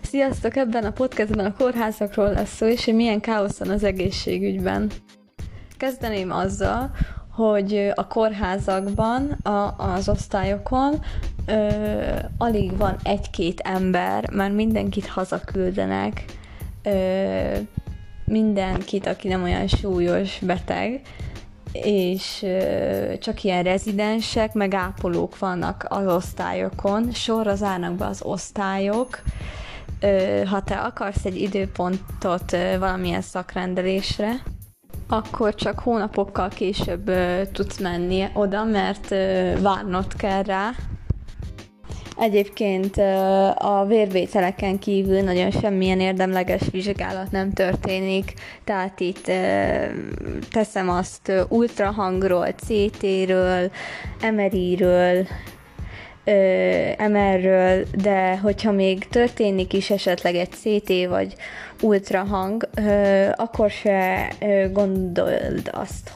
Sziasztok! Ebben a podcastben a kórházakról lesz szó, és hogy milyen káosz van az egészségügyben. Kezdeném azzal, hogy a kórházakban, az osztályokon alig van egy-két ember, már mindenkit hazaküldenek, mindenkit, aki nem olyan súlyos beteg, és csak ilyen rezidensek, meg ápolók vannak az osztályokon, sorra zárnak be az osztályok. Ha te akarsz egy időpontot valamilyen szakrendelésre, akkor csak hónapokkal később tudsz menni oda, mert várnod kell rá. Egyébként a vérvételeken kívül nagyon semmilyen érdemleges vizsgálat nem történik, tehát itt teszem azt ultrahangról, CT-ről, MRI-ről, MR-ről, de hogyha még történik is esetleg egy CT vagy ultrahang, akkor se gondold azt,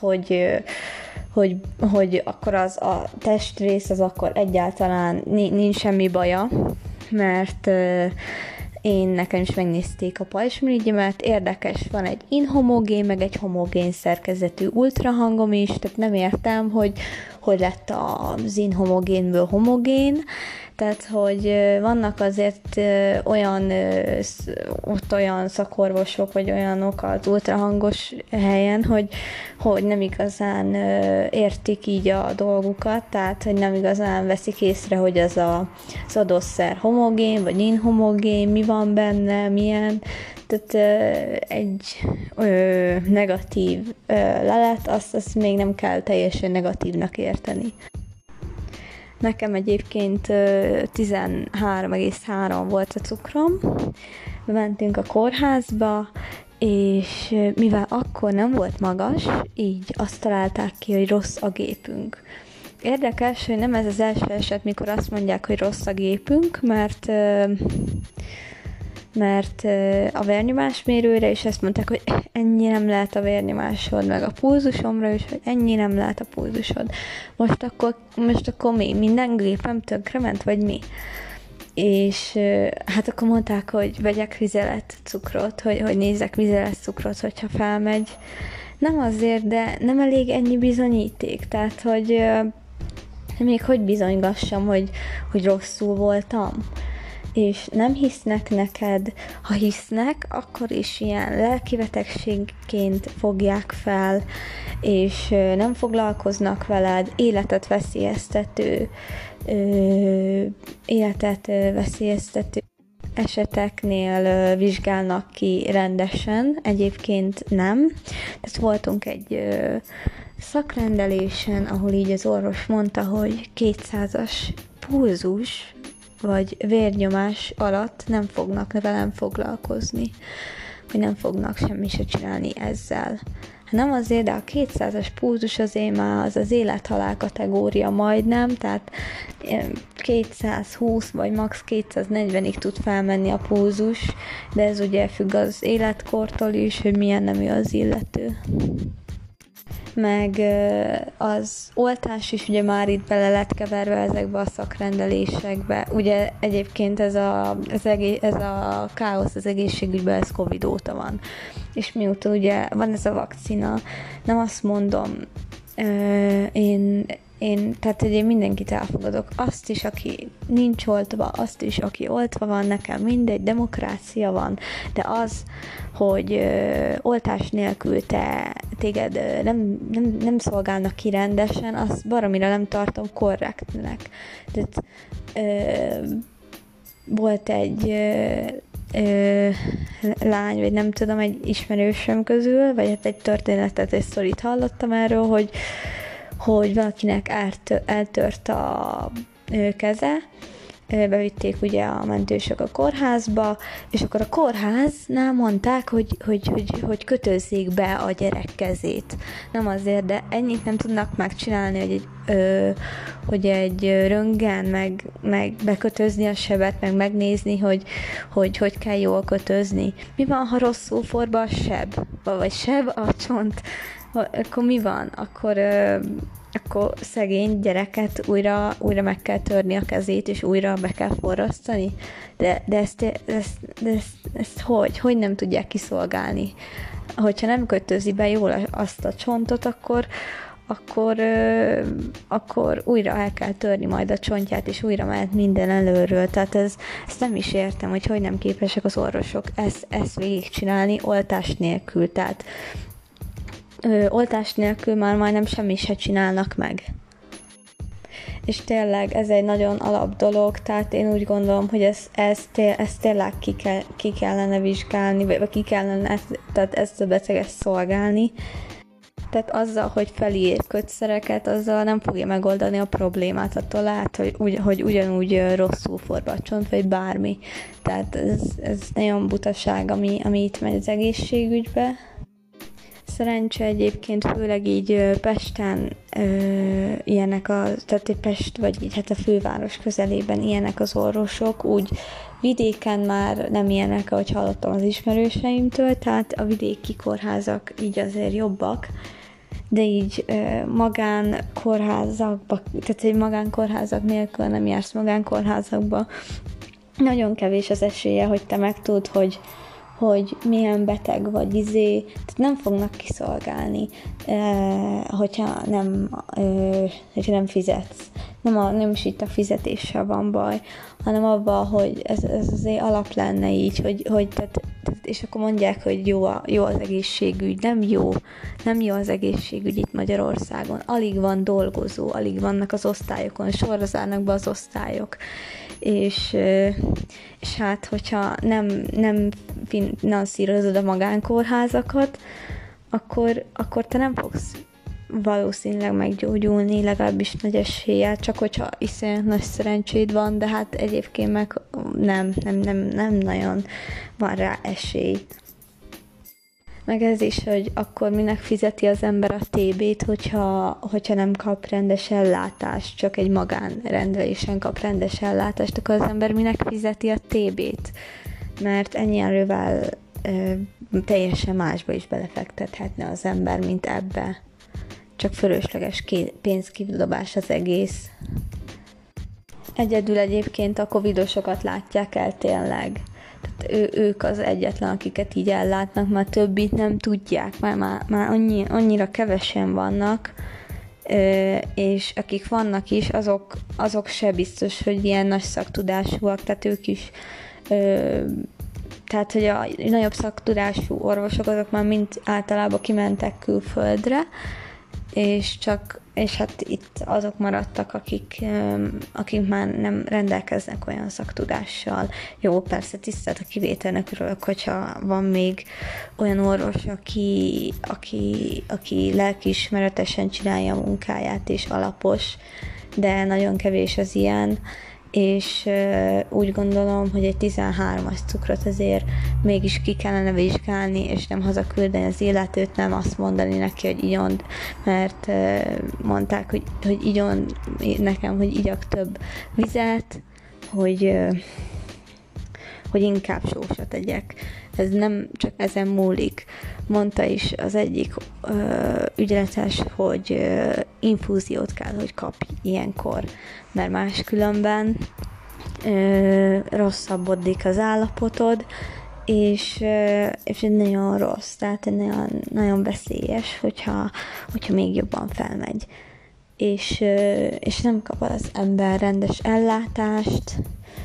hogy akkor az a testrész az akkor egyáltalán nincs semmi baja, mert nekem is megnézték a pajzsmirigyemet, érdekes, van egy inhomogén, meg egy homogén szerkezetű ultrahangom is, tehát nem értem, hogy lett az inhomogénből homogén, tehát, hogy vannak azért olyan szakorvosok, vagy olyanok az ultrahangos helyen, hogy nem igazán értik így a dolgukat, tehát, hogy nem igazán veszik észre, hogy az adott szer homogén, vagy inhomogén, mi van benne, milyen. Tehát egy negatív lelet, azt még nem kell teljesen negatívnak érteni. Nekem egyébként 13,3 volt a cukrom, mentünk a kórházba, és mivel akkor nem volt magas, így azt találták ki, hogy rossz a gépünk. Érdekes, hogy nem ez az első eset, mikor azt mondják, hogy rossz a gépünk, mert a vérnyomásmérőre is ezt mondták, hogy ennyi nem lehet a vérnyomásod, meg a pulzusomra is, hogy ennyi nem lehet a pulzusod. Most akkor mi? Minden gépem tönkrement, vagy mi? És hát akkor mondták, hogy vegyek vizelet cukrot, hogy nézzek vizelet cukrot, hogyha felmegy. Nem azért, de nem elég ennyi bizonyíték. Tehát, hogy még hogy bizonygassam, hogy rosszul voltam. És nem hisznek neked, ha hisznek, akkor is ilyen lelkibetegségként fogják fel, és nem foglalkoznak veled, életet veszélyeztető eseteknél vizsgálnak ki rendesen, egyébként nem. Tehát voltunk egy szakrendelésen, ahol így az orvos mondta, hogy 200-as pulzus, vagy vérnyomás alatt nem fognak velem foglalkozni, hogy nem fognak semmi se csinálni ezzel. Nem azért, de a 200-as pulzus azért már az élethalál kategória majdnem, tehát 220 vagy max. 240-ig tud felmenni a pulzus, de ez ugye függ az életkortól is, hogy milyen nemű az illető. Meg az oltás is ugye már itt bele lett keverve ezekbe a szakrendelésekbe. Ugye egyébként ez a káosz az egészségügyben, ez Covid óta van. És mióta ugye van ez a vakcina, nem azt mondom, tehát, hogy én mindenkit elfogadok. Azt is, aki nincs oltva, azt is, aki oltva van, nekem mindegy, demokrácia van, de az, hogy oltás nélkül téged nem szolgálnak ki rendesen, azt baromira nem tartom korrektnek. Tehát volt egy lány, vagy nem tudom, egy ismerősöm közül, vagy hát egy történetet, egy sztorit hallottam erről, hogy valakinek eltört a keze, bevitték ugye a mentősök a kórházba, és akkor a kórháznál mondták, hogy kötözzék be a gyerek kezét. Nem azért, de ennyit nem tudnak megcsinálni, hogy egy röntgen, meg bekötözni a sebet, meg megnézni, hogy kell jól kötözni. Mi van, ha rosszul forba a seb? Vagy seb a csont? Akkor mi van? Akkor akkor szegény gyereket újra meg kell törni a kezét, és újra be kell forrasztani. De ezt hogy nem tudják kiszolgálni? Hogyha nem kötözi be jól azt a csontot, akkor újra el kell törni majd a csontját, és újra mehet minden előről. Tehát ezt nem is értem, hogy nem képesek az orvosok ezt végigcsinálni oltás nélkül. Tehát oltás nélkül már majdnem semmit se csinálnak meg. És tényleg ez egy nagyon alap dolog, tehát én úgy gondolom, hogy ezt tényleg ki kellene vizsgálni, vagy ki kellene tehát ezt a beteget szolgálni. Tehát azzal, hogy felír kötszereket, azzal nem fogja megoldani a problémát, attól lehet, hogy ugyanúgy rosszul forva a csont, vagy bármi. Tehát ez nagyon butaság, ami itt megy az egészségügybe. Szerencsé egyébként főleg így Pesten ilyenek tehát Pest, vagy így hát a főváros közelében ilyenek az orvosok, úgy vidéken már nem ilyenek, ahogy hallottam az ismerőseimtől, tehát a vidéki kórházak így azért jobbak, de így magánkórházakba, tehát egy magánkórházak nélkül nem jársz magánkórházakba, nagyon kevés az esélye, hogy te megtudd, hogy milyen beteg vagy, tehát nem fognak kiszolgálni, hogyha nem fizetsz. Nem is itt a fizetéssel van baj, hanem abban, hogy ez azért alap lenne így, hogy és akkor mondják, hogy jó az egészségügy. Nem jó az egészségügy itt Magyarországon. Alig van dolgozó, alig vannak az osztályokon, sorra zárnak be az osztályok. És hát, hogyha nem finanszírozod a magánkórházakat, akkor te nem fogsz valószínűleg meggyógyulni, legalábbis nagy eséllyel, csak hogyha iszonyat nagy szerencséd van, de hát egyébként meg nem nagyon van rá esély. Meg ez is, hogy akkor minek fizeti az ember a TB-t, hogyha nem kap rendes ellátást, csak egy magánrendelésen kap rendes ellátást, akkor az ember minek fizeti a TB-t? Mert ennyi erővel teljesen másba is belefektethetne az ember, mint ebbe. Csak fölösleges pénzkidobás az egész. Egyedül egyébként a covidosokat látják el tényleg. Tehát ők az egyetlen, akiket így ellátnak, már többit nem tudják, már annyira kevesen vannak, és akik vannak is, azok se biztos, hogy ilyen nagy szaktudásúak, tehát ők is, tehát hogy a nagyobb szaktudású orvosok, azok már mind általában kimentek külföldre, és hát itt azok maradtak, akik már nem rendelkeznek olyan szaktudással. Jó, persze tisztelt a kivételnek örülök, hogyha van még olyan orvos, aki lelkiismeretesen csinálja a munkáját és alapos, de nagyon kevés az ilyen, és úgy gondolom, hogy egy 13-as cukrot azért mégis ki kellene vizsgálni, és nem hazaküldeni az illetőt, nem azt mondani neki, hogy igyon, mert mondták, hogy igyon nekem, hogy igyak több vizet, hogy inkább sósat tegyek. Ez nem csak ezen múlik. Mondta is az egyik ügyeletes, hogy infúziót kell, hogy kapj ilyenkor, mert máskülönben rosszabbodik az állapotod, és nagyon rossz, tehát nagyon, nagyon veszélyes, hogyha még jobban felmegy. És nem kap az ember rendes ellátást,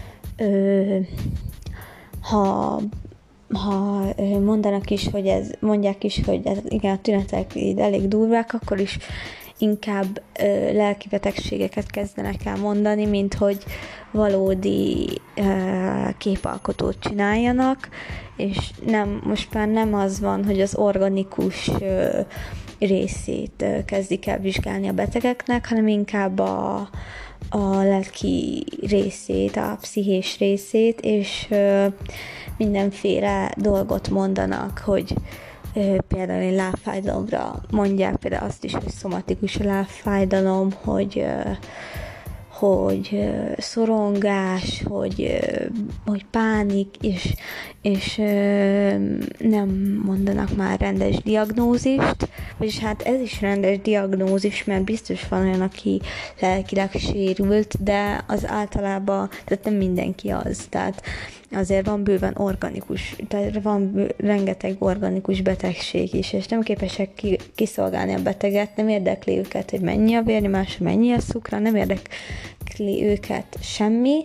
ha mondják is, hogy igen, a tünetek elég durvák, akkor is inkább lelki betegségeket kezdenek el mondani, mint hogy valódi képalkotót csináljanak, és most már nem az van, hogy az organikus részét kezdik el vizsgálni a betegeknek, hanem inkább a lelki részét, a pszichés részét, és mindenféle dolgot mondanak, hogy például egy lábfájdalomra mondják például azt is, hogy szomatikus a lábfájdalom, hogy szorongás, hogy pánik, és nem mondanak már rendes diagnózist, vagyis hát ez is rendes diagnózis, mert biztos van olyan, aki lelkileg sérült, de az általában, tehát nem mindenki az, tehát azért van bőven organikus, tehát van rengeteg organikus betegség is, és nem képesek kiszolgálni a beteget, nem érdekli őket, hogy mennyi a vérnyomás, mennyi a szukra, nem érdekli őket semmi,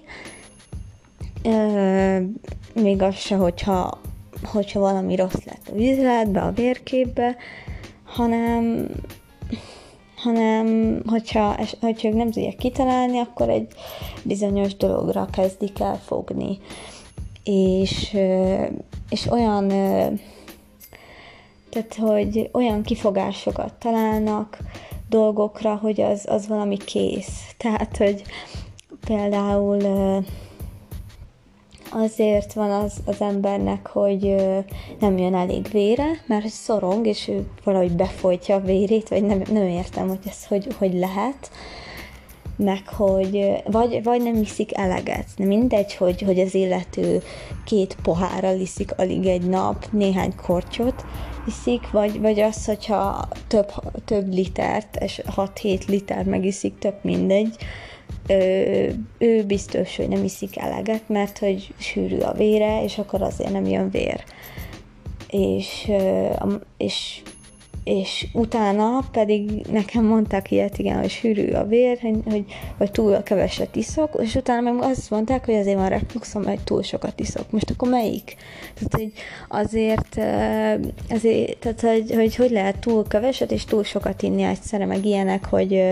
még az se, hogyha valami rossz lett a vízletbe, a vérképbe, hanem hogyha ők nem tudják kitalálni, akkor egy bizonyos dologra kezdik el fogni. És olyan, tehát, hogy olyan kifogásokat találnak dolgokra, hogy az valami kész. Tehát, hogy például azért van az embernek, hogy nem jön elég vére, mert szorong, és ő valahogy befolytja a vérét, vagy nem értem, hogy ez hogy lehet, meg hogy vagy nem iszik eleget. Nem mindegy, hogy az illető 2 pohárral iszik alig egy nap, néhány kortyot iszik, vagy az, hogyha több litert, és 6-7 liter megiszik, tök mindegy, ő biztos, hogy nem iszik eleget, mert hogy sűrű a vére, és akkor azért nem jön vér. És utána pedig nekem mondták ilyet, igen, hogy sűrű a vér, hogy túl keveset iszok, és utána meg azt mondták, hogy azért van refluxom, mert túl sokat iszok. Most akkor melyik? Tehát, hogy azért tehát, hogy lehet túl keveset és túl sokat inni egyszerre, meg ilyenek,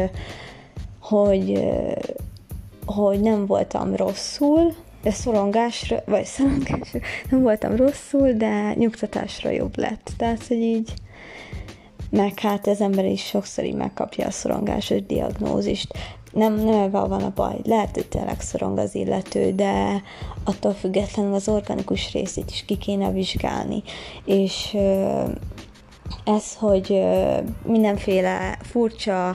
hogy nem voltam rosszul, de szorongásra nem voltam rosszul, de nyugtatásra jobb lett. Tehát, hogy így meg hát az ember is sokszor így megkapja a szorongásos diagnózist. Nem ebben van a baj. Lehet, hogy tényleg szorong az illető, de attól függetlenül az organikus részét is ki kéne vizsgálni. És ez, hogy mindenféle furcsa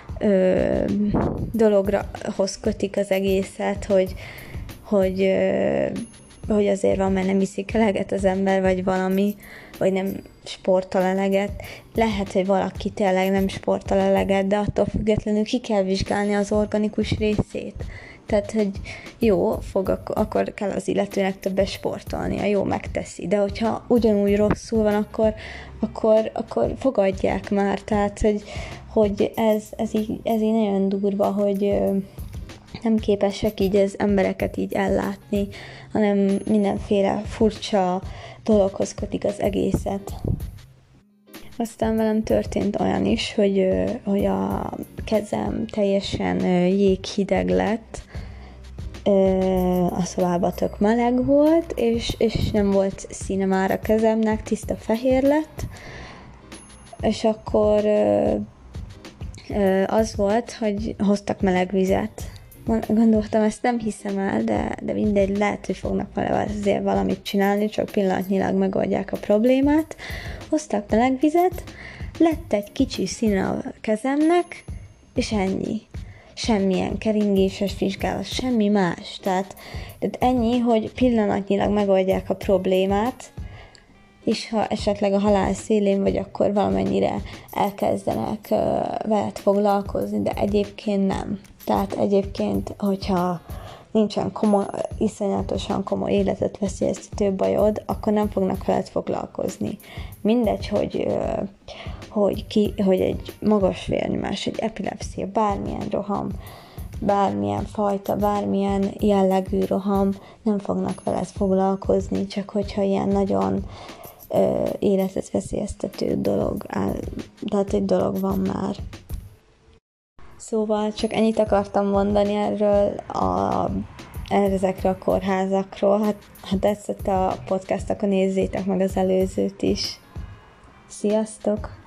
dologhoz kötik az egészet, hogy azért van, mert nem iszik eleget az ember, vagy valami, vagy nem sportol eleget. Lehet, hogy valaki tényleg nem sportol eleget, de attól függetlenül ki kell vizsgálni az organikus részét. Tehát, hogy jó, akkor kell az illetőnek többet sportolnia, jó, megteszi. De hogyha ugyanúgy rosszul van, akkor fogadják már. Tehát, hogy ez így nagyon durva, hogy nem képesek így az embereket így ellátni, hanem mindenféle furcsa dologhoz kötik az egészet. Aztán velem történt olyan is, hogy a kezem teljesen jéghideg lett, a szobában tök meleg volt, és nem volt színe már a kezemnek, tiszta fehér lett, és akkor az volt, hogy hoztak meleg vizet. Gondoltam, ezt nem hiszem el, de mindegy, lehet, hogy fognak vele azért valamit csinálni, csak pillanatnyilag megoldják a problémát. Hoztak meleg vizet, lett egy kicsi színe a kezemnek, és ennyi. Semmilyen keringéses vizsgálat, semmi más. Tehát ennyi, hogy pillanatnyilag megoldják a problémát, és ha esetleg a halál szélén vagy, akkor valamennyire elkezdenek veled foglalkozni, de egyébként nem. Tehát egyébként, hogyha nincsen iszonyatosan komoly életet veszélyeztető bajod, akkor nem fognak veled foglalkozni. Mindegy, hogy egy magas vérnyomás, egy epilepszia, bármilyen roham, bármilyen fajta, bármilyen jellegű roham, nem fognak veled foglalkozni, csak hogyha ilyen nagyon életet veszélyeztető dolog, tehát egy dolog van már. Szóval csak ennyit akartam mondani ezekről a kórházakról. Ha tetszett a podcast, akkor nézzétek meg az előzőt is. Sziasztok!